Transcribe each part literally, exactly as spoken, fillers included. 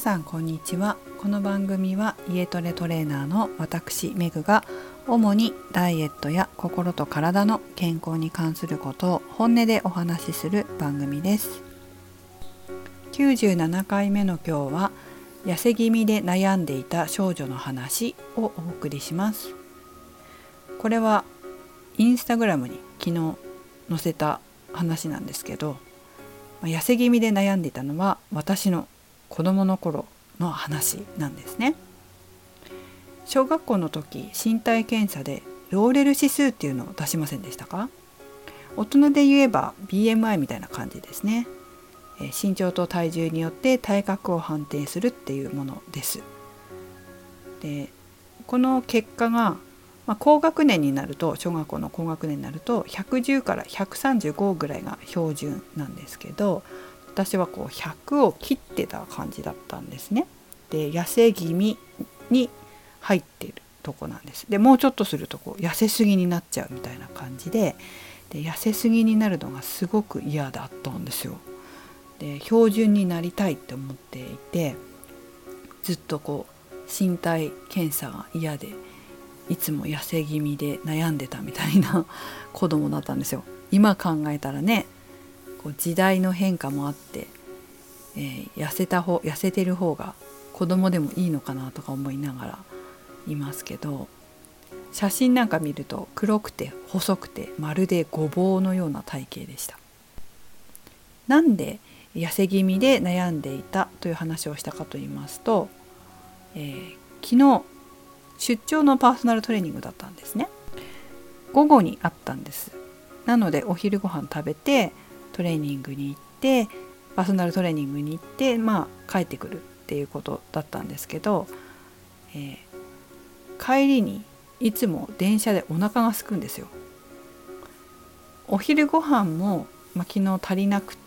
さんこんにちは。この番組は家トレトレーナーの私メグが主にダイエットや心と体の健康に関することを本音でお話しする番組です。きゅうじゅうななかいめの今日は痩せ気味で悩んでいた少女の話をお送りします。これはインスタグラムに昨日載せた話なんですけど、痩せ気味で悩んでいたのは私の子供の頃の話なんですね。小学校の時、身体検査でローレル指数っていうのを出しませんでしたか？大人で言えば ビーエムアイ みたいな感じですね。身長と体重によって体格を判定するっていうものです。で、この結果が、まあ、高学年になると小学校の高学年になるとひゃくじゅうからひゃくさんじゅうごぐらいが標準なんですけど、私はこうひゃくを切ってた感じだったんですね。で、痩せ気味に入っているとこなんです。で、もうちょっとするとこう痩せすぎになっちゃうみたいな感じで、で痩せすぎになるのがすごく嫌だったんですよ。で、標準になりたいって思っていて、ずっとこう身体検査が嫌でいつも痩せ気味で悩んでたみたいな子供だったんですよ。今考えたらね、こう時代の変化もあって、えー、痩せた方痩せてる方が子供でもいいのかなとか思いながらいますけど、写真なんか見ると黒くて細くてまるでごぼうのような体型でした。なんで痩せ気味で悩んでいたという話をしたかと言いますと、えー、昨日出張のパーソナルトレーニングだったんですね。午後にあったんです。なのでお昼ご飯食べてトレーニングに行ってパーソナルトレーニングに行ってまあ帰ってくるっていうことだったんですけど、えー、帰りにいつも電車でお腹が空くんですよ。お昼ご飯も、まあ、昨日足りなくって、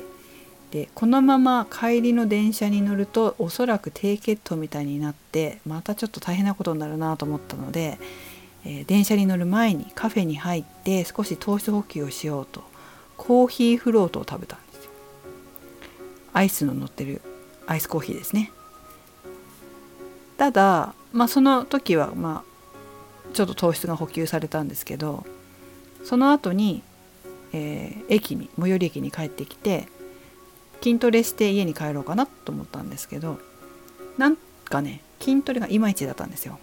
でこのまま帰りの電車に乗るとおそらく低血糖みたいになってまたちょっと大変なことになるなと思ったので、えー、電車に乗る前にカフェに入って少し糖質補給をしようとコーヒーフロートを食べたんですよ。アイスの乗ってるアイスコーヒーですね。ただ、まあ、その時は、まあ、ちょっと糖質が補給されたんですけど、その後に、えー、駅に最寄り駅に帰ってきて筋トレして家に帰ろうかなと思ったんですけど、なんかね筋トレがいまいちだったんですよ。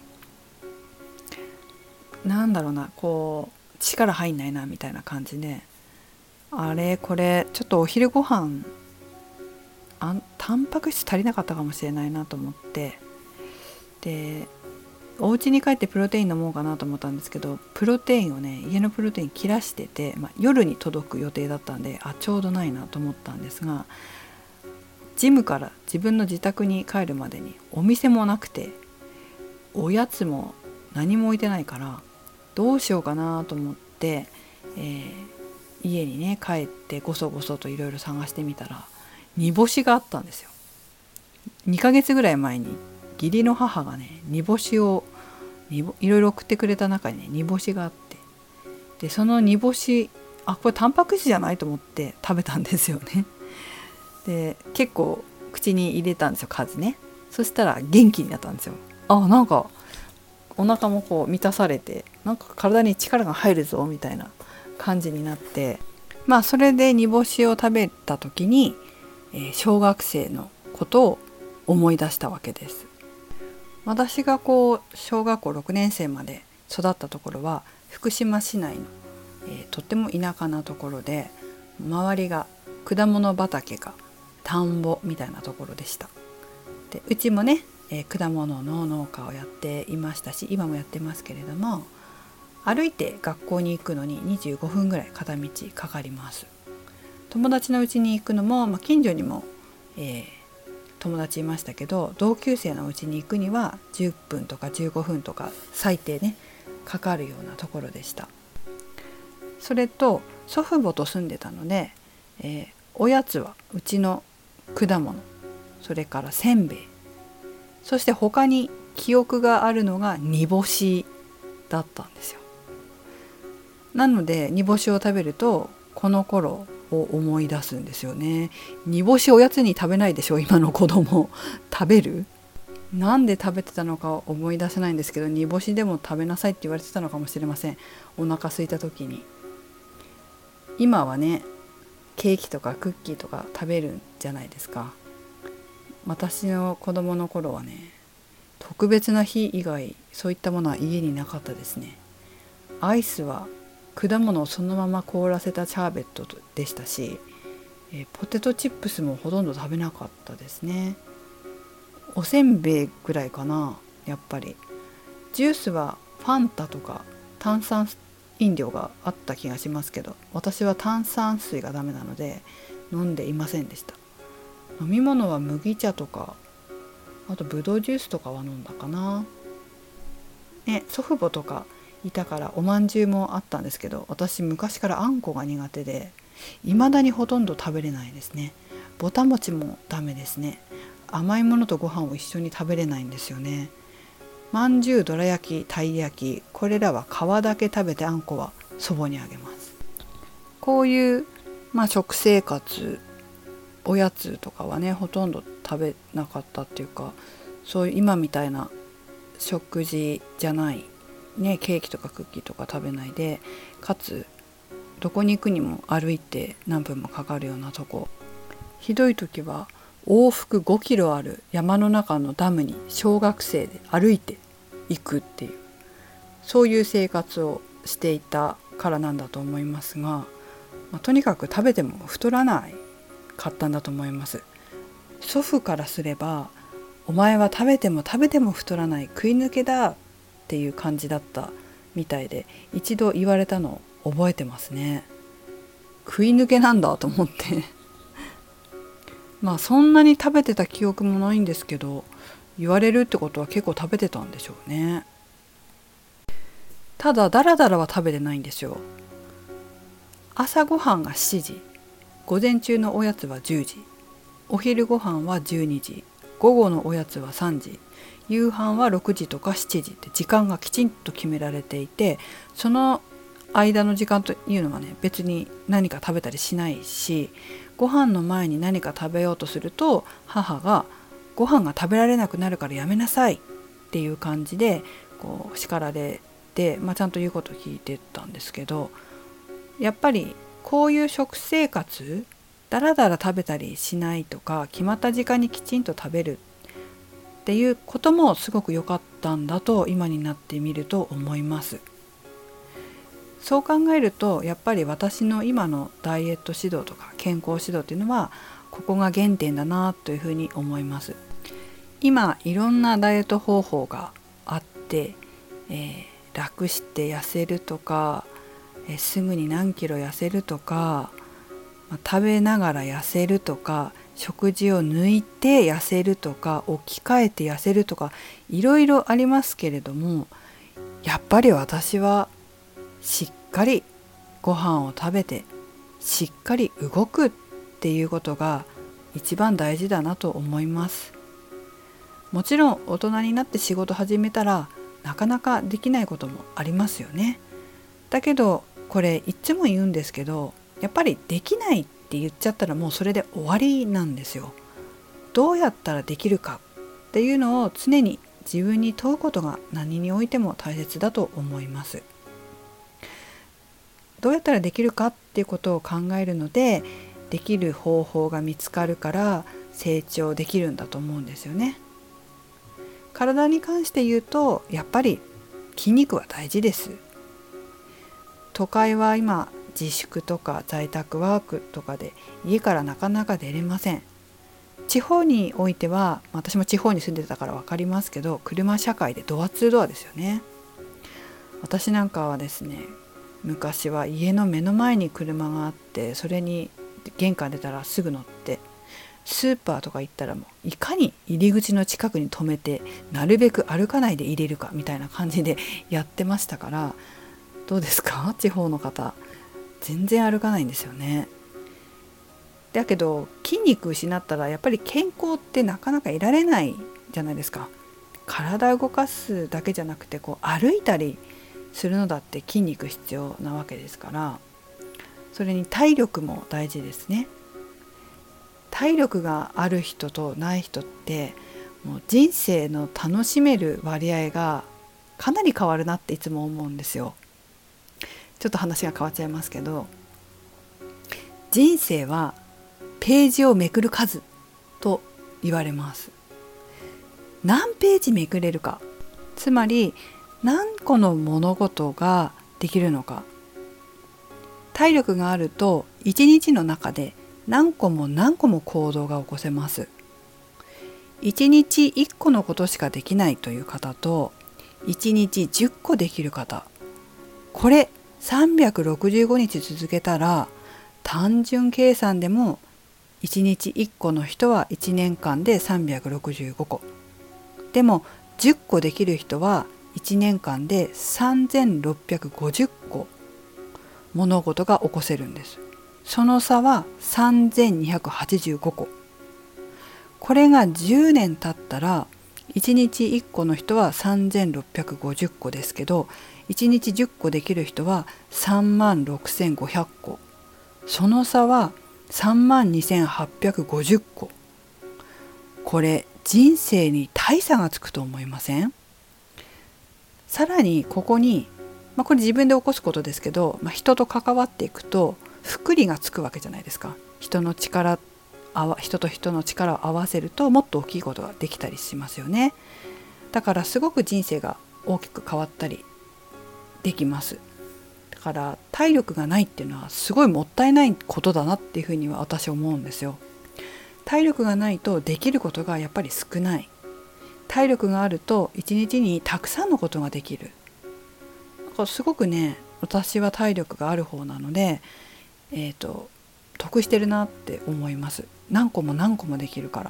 なんだろうな、こう力入んないなみたいな感じで、あれこれちょっとお昼ご飯あんタンパク質足りなかったかもしれないなと思って、でお家に帰ってプロテイン飲もうかなと思ったんですけど、プロテインをね家のプロテイン切らしてて、まあ、夜に届く予定だったんで、あちょうどないなと思ったんですが、ジムから自分の自宅に帰るまでにお店もなくておやつも何も置いてないからどうしようかなと思って、えー、家にね帰ってごそごそといろいろ探してみたら煮干しがあったんですよ。にかげつぐらい前に義理の母がね煮干しをいろいろ送ってくれた中にね煮干しがあって、でその煮干し、あこれタンパク質じゃないと思って食べたんですよね。で結構口に入れたんですよ、数ね。そしたら元気になったんですよ。あなんかお腹もこう満たされて、なんか体に力が入るぞみたいな感じになって、まあそれで煮干しを食べた時に、えー、小学生のことを思い出したわけです。私がこう小学校ろくねん生まで育ったところは福島市内の、えー、とっても田舎なところで、周りが果物畑か田んぼみたいなところでした。でうちもね、えー、果物の農家をやっていましたし、今もやってますけれども、歩いて学校に行くのににじゅうごふんぐらい片道かかります。友達の家に行くのも、まあ、近所にも、えー、友達いましたけど、同級生の家に行くにはじゅっぷんとかじゅうごふんとか最低ねかかるようなところでした。それと祖父母と住んでたので、えー、おやつはうちの果物、それからせんべい、そして他に記憶があるのが煮干しだったんですよ。なので煮干しを食べるとこの頃を思い出すんですよね。煮干しおやつに食べないでしょ今の子供。食べる？なんで食べてたのか思い出せないんですけど、煮干しでも食べなさいって言われてたのかもしれません。お腹空いた時に。今はねケーキとかクッキーとか食べるんじゃないですか。私の子供の頃はね、特別な日以外そういったものは家になかったですね。アイスは果物をそのまま凍らせたシャーベットでしたし、えーポテトチップスもほとんど食べなかったですね。おせんべいぐらいかな。やっぱりジュースはファンタとか炭酸飲料があった気がしますけど、私は炭酸水がダメなので飲んでいませんでした。飲み物は麦茶とか、あとブドウジュースとかは飲んだかな、ね、祖父母とかいたからおまんじゅうもあったんですけど、私昔からあんこが苦手で未だにほとんど食べれないですね。ぼたもちもダメですね。甘いものとご飯を一緒に食べれないんですよね。まんじゅう、どら焼き、たい焼き、これらは皮だけ食べて、あんこは祖母にあげます。こういう、まあ、食生活、おやつとかはねほとんど食べなかったっていうか、そういう今みたいな食事じゃないね、ケーキとかクッキーとか食べないで、かつどこに行くにも歩いて何分もかかるようなとこ、ひどい時は往復ごキロある山の中のダムに小学生で歩いて行くっていう、そういう生活をしていたからなんだと思いますが、まあ、とにかく食べても太らないかったんだと思います。祖父からすれば、お前は食べても食べても太らない食い抜けだっていう感じだったみたいで、一度言われたのを覚えてますね。食い抜けなんだと思ってまあそんなに食べてた記憶もないんですけど、言われるってことは結構食べてたんでしょうね。ただダラダラは食べてないんですよ。朝ごはんがしちじ、午前中のおやつはじゅうじ、お昼ご飯はじゅうにじ、午後のおやつはさんじ、夕飯はろくじとかしちじって時間がきちんと決められていて、その間の時間というのはね別に何か食べたりしないし、ご飯の前に何か食べようとすると母がご飯が食べられなくなるからやめなさいっていう感じでこう叱られて、まあ、ちゃんと言うことを聞いてたんですけど、やっぱりこういう食生活、だらだら食べたりしないとか、決まった時間にきちんと食べるっていうこともすごく良かったんだと今になってみると思います。そう考えるとやっぱり私の今のダイエット指導とか健康指導っていうのはここが原点だなというふうに思います。今いろんなダイエット方法があって、えー、楽して痩せるとか、えー、すぐに何キロ痩せるとか、まあ、食べながら痩せるとか、食事を抜いて痩せるとか、置き換えて痩せるとか、いろいろありますけれども、やっぱり私はしっかりご飯を食べてしっかり動くっていうことが一番大事だなと思います。もちろん大人になって仕事始めたらなかなかできないこともありますよね。だけどこれいつも言うんですけど、やっぱりできないって言っちゃったらもうそれで終わりなんですよ。どうやったらできるかっていうのを常に自分に問うことが何においても大切だと思います。どうやったらできるかっていうことを考えるので、できる方法が見つかるから成長できるんだと思うんですよね。体に関して言うとやっぱり筋肉は大事です。都会は今自粛とか在宅ワークとかで家からなかなか出れません。地方においては、私も地方に住んでたから分かりますけど、車社会でドアツードアですよね。私なんかはですね、昔は家の目の前に車があって、それに玄関出たらすぐ乗って、スーパーとか行ったらもういかに入り口の近くに止めてなるべく歩かないで入れるかみたいな感じでやってましたから、どうですか地方の方、全然歩かないんですよね。だけど筋肉失ったらやっぱり健康ってなかなかいられないじゃないですか。体を動かすだけじゃなくてこう歩いたりするのだって筋肉必要なわけですから、 それに体力も大事ですね。体力がある人とない人ってもう人生の楽しめる割合がかなり変わるなっていつも思うんですよ。ちょっと話が変わっちゃいますけど、人生はページをめくる数と言われます。何ページめくれるか、つまり何個の物事ができるのか。体力があると一日の中で何個も何個も行動が起こせます。一日一個のことしかできないという方と一日十個できる方、これさんびゃくろくじゅうごにち続けたら単純計算でもいちにちいっこの人はいちねんかんでさんびゃくろくじゅうごこ、でもじゅっこできる人はいちねんかんでさんぜんろっぴゃくごじゅっこ物事が起こせるんです。その差はさんぜんにひゃくはちじゅうごこ。これがじゅうねん経ったらいちにちいっこの人はさんぜんろっぴゃくごじゅっこですけど、いちにちじゅっこできる人はさんまんろくせんごひゃっこ。その差はさんまんにせんはっぴゃくごじゅっこ。これ人生に大差がつくと思いません？さらにここに、まあ、これ自分で起こすことですけど、まあ、人と関わっていくと複利がつくわけじゃないですか。人の力人と人の力を合わせるともっと大きいことができたりしますよね。だからすごく人生が大きく変わったりできます。だから体力がないっていうのはすごいもったいないことだなっていうふうには私は思うんですよ。体力がないとできることがやっぱり少ない。体力があると一日にたくさんのことができる。すごくね、私は体力がある方なので、えーと、得してるなって思います。何個も何個もできるから。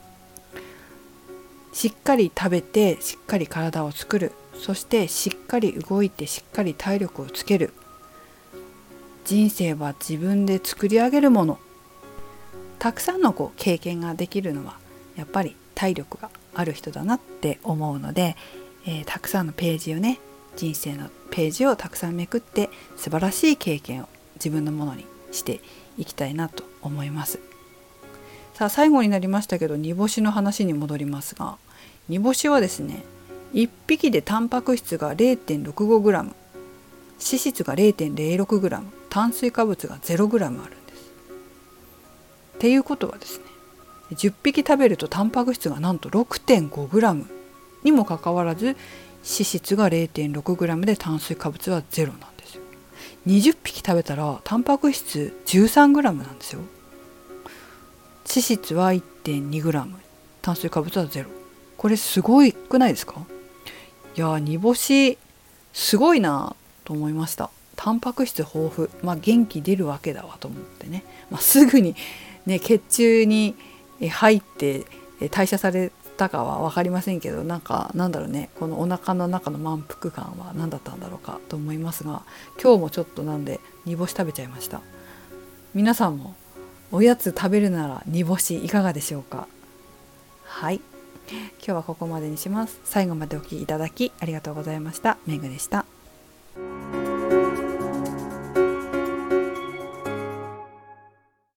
しっかり食べてしっかり体を作る、そしてしっかり動いてしっかり体力をつける。人生は自分で作り上げるもの。たくさんのこう経験ができるのはやっぱり体力がある人だなって思うので、えー、たくさんのページをね、人生のページをたくさんめくって素晴らしい経験を自分のものにしていきたいなと思います。さあ最後になりましたけど、煮干しの話に戻りますが、煮干しはですね、いっぴきでタンパク質が れいてんろくごグラム、 脂質が れいてんぜろろくグラム、 炭水化物が ゼログラム あるんです。っていうことはですね、じゅっぴき食べるとタンパク質がなんと ろくてんごグラム にもかかわらず脂質が れいてんろくグラム で炭水化物はゼロなんですよ。にじゅっぴき食べたらタンパク質 じゅうさんグラム なんですよ。脂質は いってんにグラム、 炭水化物はゼロ。これすごいくないですか？いやー、煮干しすごいなと思いました。タンパク質豊富、まあ元気出るわけだわと思ってね、まあ、すぐにね血中に入って代謝されたかは分かりませんけど、なんかなんだろうね、このお腹の中の満腹感は何だったんだろうかと思いますが、今日もちょっとなんで煮干し食べちゃいました。皆さんもおやつ食べるなら煮干しいかがでしょうか？はい、今日はここまでにします。最後までお聞きいただきありがとうございました。めぐでした。